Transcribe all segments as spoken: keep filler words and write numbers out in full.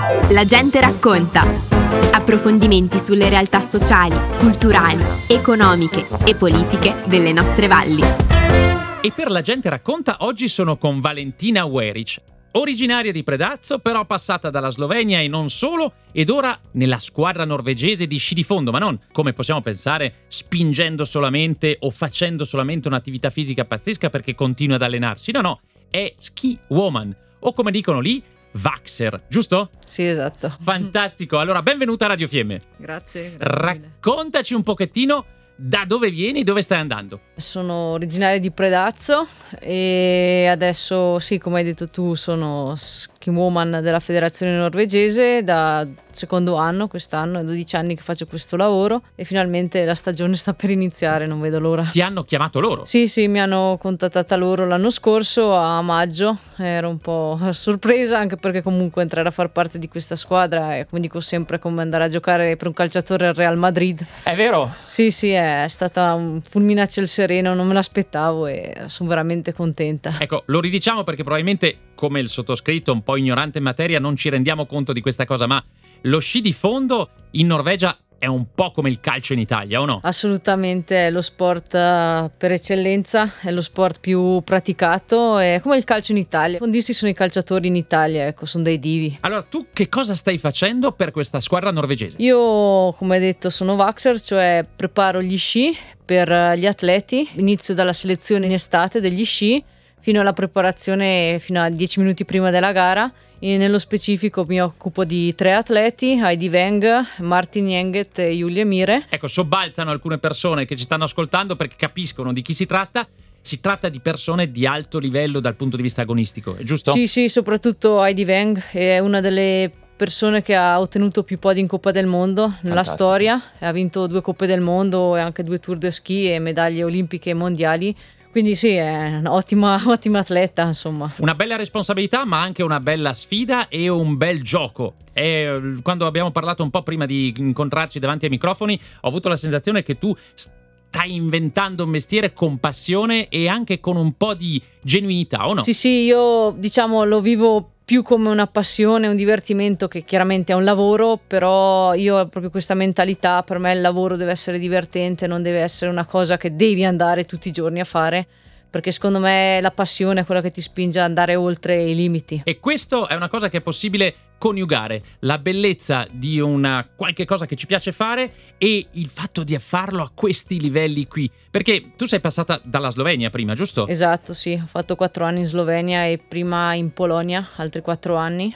La gente racconta. Approfondimenti sulle realtà sociali, culturali, economiche e politiche delle nostre valli. E per La gente racconta oggi sono con Valentina Weric, originaria di Predazzo, però passata dalla Slovenia e non solo, ed ora nella squadra norvegese di sci di fondo, ma non, come possiamo pensare, spingendo solamente o facendo solamente un'attività fisica pazzesca perché continua ad allenarsi. No, no, è ski woman, o come dicono lì, Vaxer, giusto? Sì, esatto. Fantastico, allora benvenuta a Radio Fiemme. Grazie, grazie mille. Raccontaci un pochettino da dove vieni, dove stai andando. Sono originaria di Predazzo e adesso, sì, come hai detto tu, sono ski woman della federazione norvegese da secondo anno, quest'anno, è dodici anni che faccio questo lavoro e finalmente la stagione sta per iniziare, non vedo l'ora. Ti hanno chiamato loro? Sì, sì, mi hanno contattata loro l'anno scorso a maggio, ero un po' sorpresa anche perché comunque entrare a far parte di questa squadra è, come dico sempre, come andare a giocare per un calciatore al Real Madrid. È vero? Sì, sì, è stata un fulmine a ciel sereno, non me l'aspettavo e sono veramente contenta. Ecco, lo ridiciamo perché probabilmente, come il sottoscritto, un po' ignorante in materia, non ci rendiamo conto di questa cosa, ma lo sci di fondo in Norvegia è un po' come il calcio in Italia, o no? Assolutamente, è lo sport uh, per eccellenza, è lo sport più praticato, è come il calcio in Italia. I fondisti sono i calciatori in Italia, ecco, sono dei divi. Allora, tu che cosa stai facendo per questa squadra norvegese? Io, come detto, sono Vaxer, cioè preparo gli sci per uh, gli atleti, inizio dalla selezione in estate degli sci, fino alla preparazione fino a dieci minuti prima della gara. E nello specifico mi occupo di tre atleti, Heidi Weng, Martin Jenget e Julie Mire. Ecco, sobbalzano alcune persone che ci stanno ascoltando perché capiscono di chi si tratta. Si tratta di persone di alto livello dal punto di vista agonistico, è giusto? Sì, sì, soprattutto Heidi Weng è una delle persone che ha ottenuto più podi in Coppa del Mondo nella Fantastico. storia. Ha vinto due Coppe del Mondo e anche due Tour de Ski e medaglie olimpiche e mondiali. Quindi sì, è un'ottima ottima atleta, insomma. Una bella responsabilità, ma anche una bella sfida e un bel gioco. E quando abbiamo parlato un po' prima di incontrarci davanti ai microfoni, ho avuto la sensazione che tu stai inventando un mestiere con passione e anche con un po' di genuinità, o no? Sì, sì, io diciamo lo vivo più come una passione, un divertimento che chiaramente è un lavoro, però io ho proprio questa mentalità, per me il lavoro deve essere divertente, non deve essere una cosa che devi andare tutti i giorni a fare, perché secondo me la passione è quella che ti spinge ad andare oltre i limiti. E questo è una cosa che è possibile coniugare, la bellezza di una qualche cosa che ci piace fare e il fatto di farlo a questi livelli qui, perché tu sei passata dalla Slovenia prima, giusto? Esatto, sì, ho fatto quattro anni in Slovenia e prima in Polonia, altri quattro anni.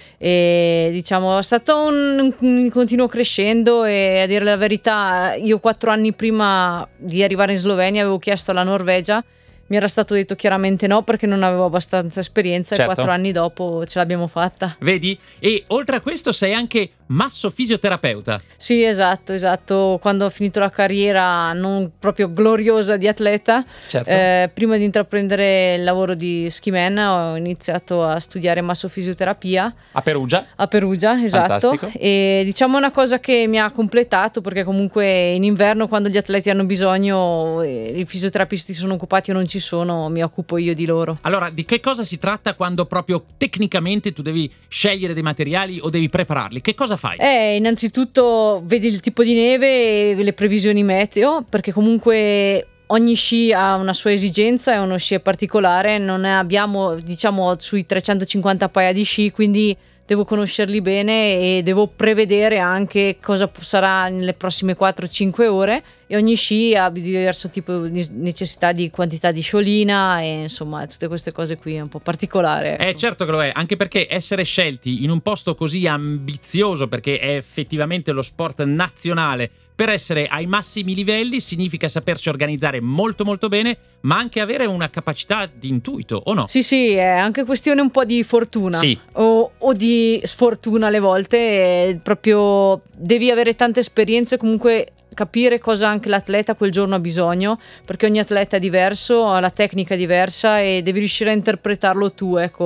E diciamo è stato un, un continuo crescendo e a dire la verità io quattro anni prima di arrivare in Slovenia avevo chiesto alla Norvegia. Mi era stato detto chiaramente no perché non avevo abbastanza esperienza. Certo. E quattro anni dopo ce l'abbiamo fatta. Vedi? E oltre a questo sei anche massofisioterapeuta. Sì, esatto, esatto. Quando ho finito la carriera non proprio gloriosa di atleta, Certo. eh, prima di intraprendere il lavoro di ski man ho iniziato a studiare massofisioterapia. A Perugia? A Perugia, esatto. Fantastico. E diciamo una cosa che mi ha completato perché comunque in inverno quando gli atleti hanno bisogno e i fisioterapisti sono occupati o non ci sono, mi occupo io di loro. Allora, di che cosa si tratta quando proprio tecnicamente tu devi scegliere dei materiali o devi prepararli? Che cosa fai? Eh, innanzitutto vedi il tipo di neve e le previsioni meteo, perché comunque ogni sci ha una sua esigenza e uno sci è particolare, non ne abbiamo diciamo sui trecentocinquanta paia di sci, quindi devo conoscerli bene e devo prevedere anche cosa sarà nelle prossime quattro cinque ore e ogni sci ha diverso tipo di necessità di quantità di sciolina e insomma tutte queste cose qui è un po' particolare. Eh certo che lo è, anche perché essere scelti in un posto così ambizioso, perché è effettivamente lo sport nazionale, per essere ai massimi livelli significa sapersi organizzare molto molto bene, ma anche avere una capacità di intuito, o no? Sì, sì, è anche questione un po' di fortuna. Sì. o, o di sfortuna alle volte, è proprio devi avere tante esperienze, comunque capire cosa anche l'atleta quel giorno ha bisogno, perché ogni atleta è diverso, ha la tecnica diversa e devi riuscire a interpretarlo tu, ecco.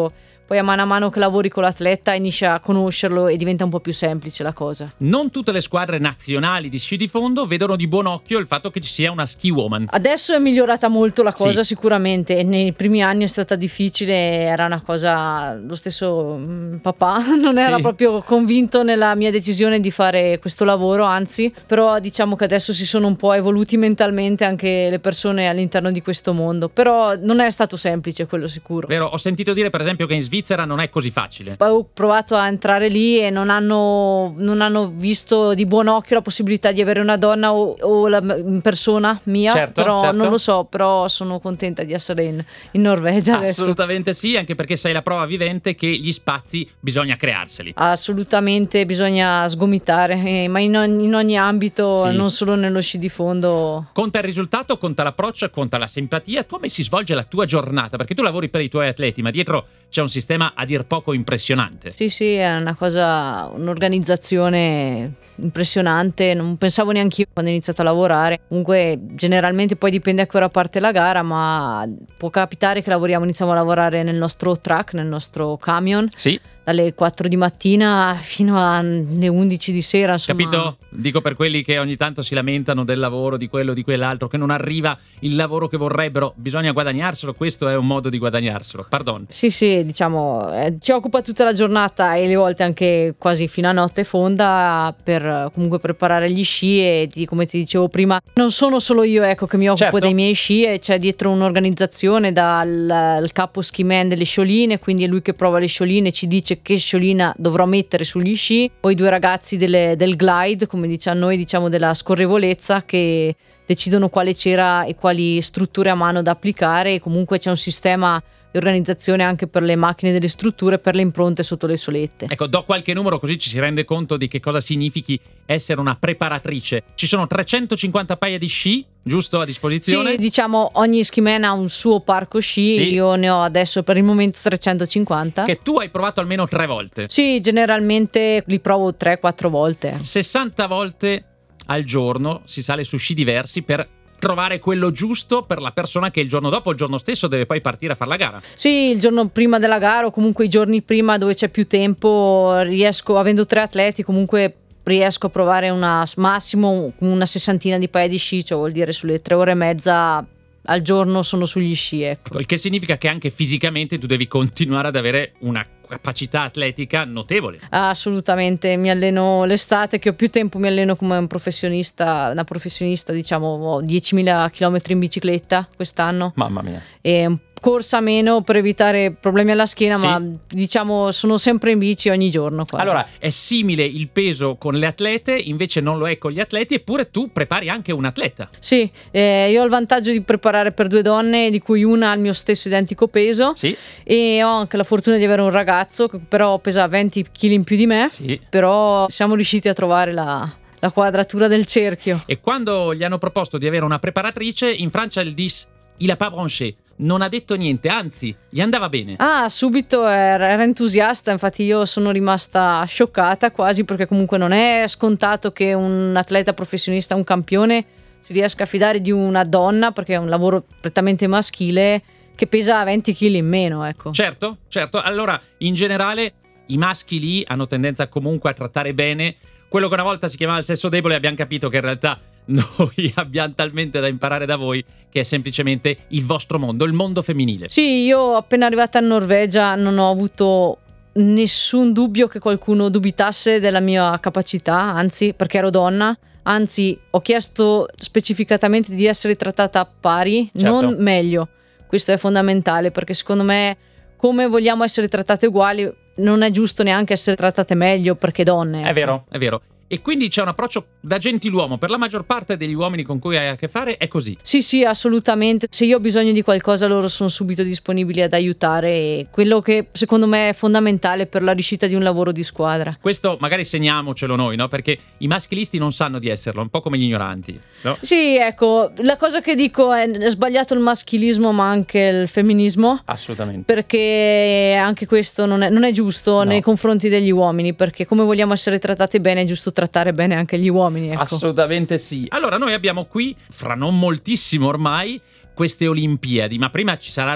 poi a mano a mano che lavori con l'atleta inizi a conoscerlo e diventa un po' più semplice la cosa. Non tutte le squadre nazionali di sci di fondo vedono di buon occhio il fatto che ci sia una ski woman. Adesso è migliorata molto la cosa, Sì. sicuramente. Nei primi anni è stata difficile, era una cosa, lo stesso mm, papà non era Sì. proprio convinto nella mia decisione di fare questo lavoro, anzi, però diciamo che adesso si sono un po' evoluti mentalmente anche le persone all'interno di questo mondo, però non è stato semplice, quello sicuro. Vero, ho sentito dire per esempio che in Svizzera non è così facile. Poi ho provato a entrare lì e non hanno, non hanno visto di buon occhio la possibilità di avere una donna o, o la in persona mia, Certo, però certo. non lo so, però sono contenta di essere in, in Norvegia adesso. Assolutamente sì, anche perché sei la prova vivente che gli spazi bisogna crearseli. Assolutamente bisogna sgomitare, eh, ma in ogni, in ogni ambito, Sì. non solo nello sci di fondo. Conta il risultato, conta l'approccio, conta la simpatia. Come si svolge la tua giornata? Perché tu lavori per i tuoi atleti, ma dietro c'è un sistema a dir poco impressionante. Sì, sì, è una cosa, un'organizzazione impressionante, non pensavo neanche io quando ho iniziato a lavorare. Comunque generalmente poi dipende a che ora parte la gara, ma può capitare che lavoriamo, iniziamo a lavorare nel nostro truck, nel nostro camion, Sì, dalle quattro di mattina fino alle undici di sera, insomma. capito? Dico per quelli che ogni tanto si lamentano del lavoro, di quello, di quell'altro, che non arriva il lavoro che vorrebbero. Bisogna guadagnarselo, questo è un modo di guadagnarselo. Pardon. Sì, sì, diciamo, eh, ci occupa tutta la giornata e le volte anche quasi fino a notte fonda per eh, comunque preparare gli sci e ti- come ti dicevo prima, non sono solo io, ecco, che mi occupo Certo. dei miei sci, e c'è dietro un'organizzazione dal il capo ski man delle scioline, quindi è lui che prova le scioline, ci dice che sciolina dovrò mettere sugli sci, poi i due ragazzi delle- del glide, come diciamo noi, diciamo della scorrevolezza, che decidono quale cera e quali strutture a mano da applicare, e comunque c'è un sistema di organizzazione anche per le macchine delle strutture, per le impronte sotto le solette. Ecco, do qualche numero così ci si rende conto di che cosa significhi essere una preparatrice. Ci sono trecentocinquanta paia di sci, giusto, a disposizione? Sì, diciamo ogni ski man ha un suo parco sci, Sì. io ne ho adesso per il momento trecentocinquanta. Che tu hai provato almeno tre volte. Sì, generalmente li provo tre quattro volte. sessanta volte al giorno si sale su sci diversi per trovare quello giusto per la persona che il giorno dopo o il giorno stesso deve poi partire a fare la gara. Sì, il giorno prima della gara o comunque i giorni prima dove c'è più tempo, riesco, avendo tre atleti, comunque riesco a provare una massimo una sessantina di paia di sci, cioè vuol dire sulle tre ore e mezza al giorno sono sugli sci, ecco. Ecco, il che significa che anche fisicamente tu devi continuare ad avere una capacità atletica notevole. Assolutamente, mi alleno l'estate che ho più tempo, mi alleno come un professionista, una professionista, diciamo, ho diecimila chilometri in bicicletta quest'anno Mamma mia. e un corsa meno per evitare problemi alla schiena, Sì. ma diciamo sono sempre in bici ogni giorno quasi. Allora, è simile il peso con le atlete, invece non lo è con gli atleti, eppure tu prepari anche un atleta. Sì, eh, io ho il vantaggio di preparare per due donne, di cui una ha il mio stesso identico peso, Sì, e ho anche la fortuna di avere un ragazzo che però pesa venti chili in più di me, sì. però siamo riusciti a trovare la, la quadratura del cerchio. E quando gli hanno proposto di avere una preparatrice, in Francia il dis il a pas branché, non ha detto niente, anzi, gli andava bene. Ah, subito era, era entusiasta, infatti io sono rimasta scioccata quasi, perché comunque non è scontato che un atleta professionista, un campione, si riesca a fidare di una donna, perché è un lavoro prettamente maschile, che pesa venti chili in meno, ecco. Certo, certo. Allora, in generale, i maschi lì hanno tendenza comunque a trattare bene quello che una volta si chiamava il sesso debole. Abbiamo capito che in realtà noi abbiamo talmente da imparare da voi che è semplicemente il vostro mondo, il mondo femminile. Sì, io appena arrivata in Norvegia non ho avuto nessun dubbio che qualcuno dubitasse della mia capacità, anzi, perché ero donna, anzi ho chiesto specificatamente di essere trattata a pari, Certo. non meglio. Questo è fondamentale, perché secondo me, come vogliamo essere trattate uguali, non è giusto neanche essere trattate meglio perché donne. È ecco. vero, è vero. E quindi c'è un approccio da gentiluomo. Per la maggior parte degli uomini con cui hai a che fare è così. Sì, sì, assolutamente. Se io ho bisogno di qualcosa, loro sono subito disponibili ad aiutare, e quello che secondo me è fondamentale per la riuscita di un lavoro di squadra. Questo magari segniamocelo noi, no? Perché i maschilisti non sanno di esserlo, un po' come gli ignoranti, no? Sì, ecco, la cosa che dico è, è sbagliato il maschilismo ma anche il femminismo, Assolutamente. perché anche questo non è, non è giusto No. nei confronti degli uomini, perché come vogliamo essere trattate bene è giusto trattare bene anche gli uomini, ecco. Assolutamente sì. Allora noi abbiamo qui, fra non moltissimo ormai, queste Olimpiadi, ma prima ci saranno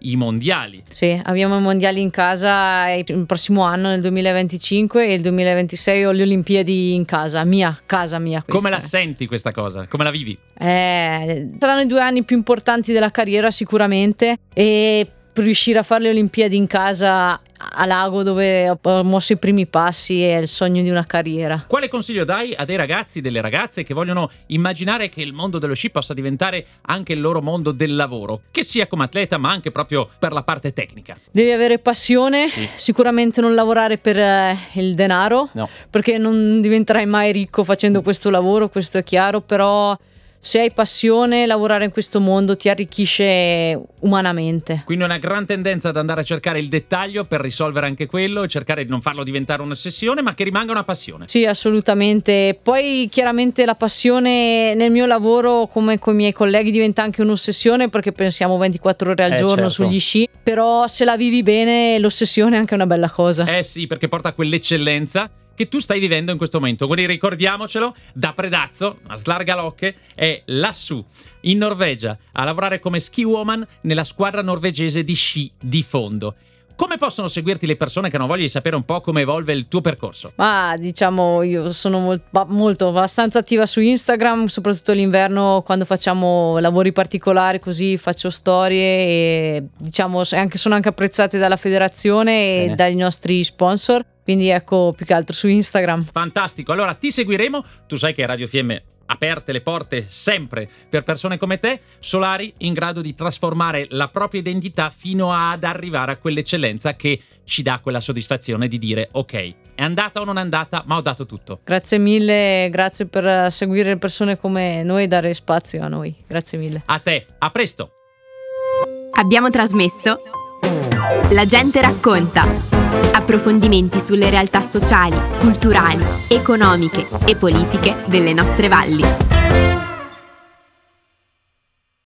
i mondiali. Sì, abbiamo i mondiali in casa il prossimo anno, nel duemilaventicinque, e il duemilaventisei ho le Olimpiadi in casa, mia, casa mia. Questa. Come la senti questa cosa? Come la vivi? Eh, saranno i due anni più importanti della carriera sicuramente, e riuscire a fare le Olimpiadi in casa a Lago, dove ho mosso i primi passi, è il sogno di una carriera. Quale consiglio dai a dei ragazzi, delle ragazze che vogliono immaginare che il mondo dello sci possa diventare anche il loro mondo del lavoro, che sia come atleta ma anche proprio per la parte tecnica? Devi avere passione, sì. Sicuramente non lavorare per eh, il denaro, no. Perché non diventerai mai ricco facendo questo lavoro, questo è chiaro, però se hai passione, lavorare in questo mondo ti arricchisce umanamente. Quindi una gran tendenza ad andare a cercare il dettaglio per risolvere anche quello, cercare di non farlo diventare un'ossessione, ma che rimanga una passione. Sì, assolutamente. Poi chiaramente la passione nel mio lavoro, come con i miei colleghi, diventa anche un'ossessione, perché pensiamo ventiquattro ore al eh, giorno certo. sugli sci, però se la vivi bene l'ossessione è anche una bella cosa. Eh sì, perché porta a quell'eccellenza che tu stai vivendo in questo momento. Quindi ricordiamocelo, da Predazzo a Slargalocche è lassù in Norvegia a lavorare come ski woman nella squadra norvegese di sci di fondo. Come possono seguirti le persone che hanno voglia di sapere un po' come evolve il tuo percorso? Ma diciamo, io sono molto, molto abbastanza attiva su Instagram, soprattutto l'inverno, quando facciamo lavori particolari, così faccio storie e diciamo anche, sono anche apprezzate dalla federazione e Bene. dai nostri sponsor. Quindi ecco, più che altro su Instagram. Fantastico, allora ti seguiremo. Tu sai che Radio F M aperte le porte sempre per persone come te, solari in grado di trasformare la propria identità fino ad arrivare a quell'eccellenza che ci dà quella soddisfazione di dire ok, è andata o non è andata, ma ho dato tutto. Grazie mille, grazie per seguire persone come noi e dare spazio a noi. Grazie mille. A te, a presto. Abbiamo trasmesso La gente racconta. Approfondimenti sulle realtà sociali, culturali, economiche e politiche delle nostre valli.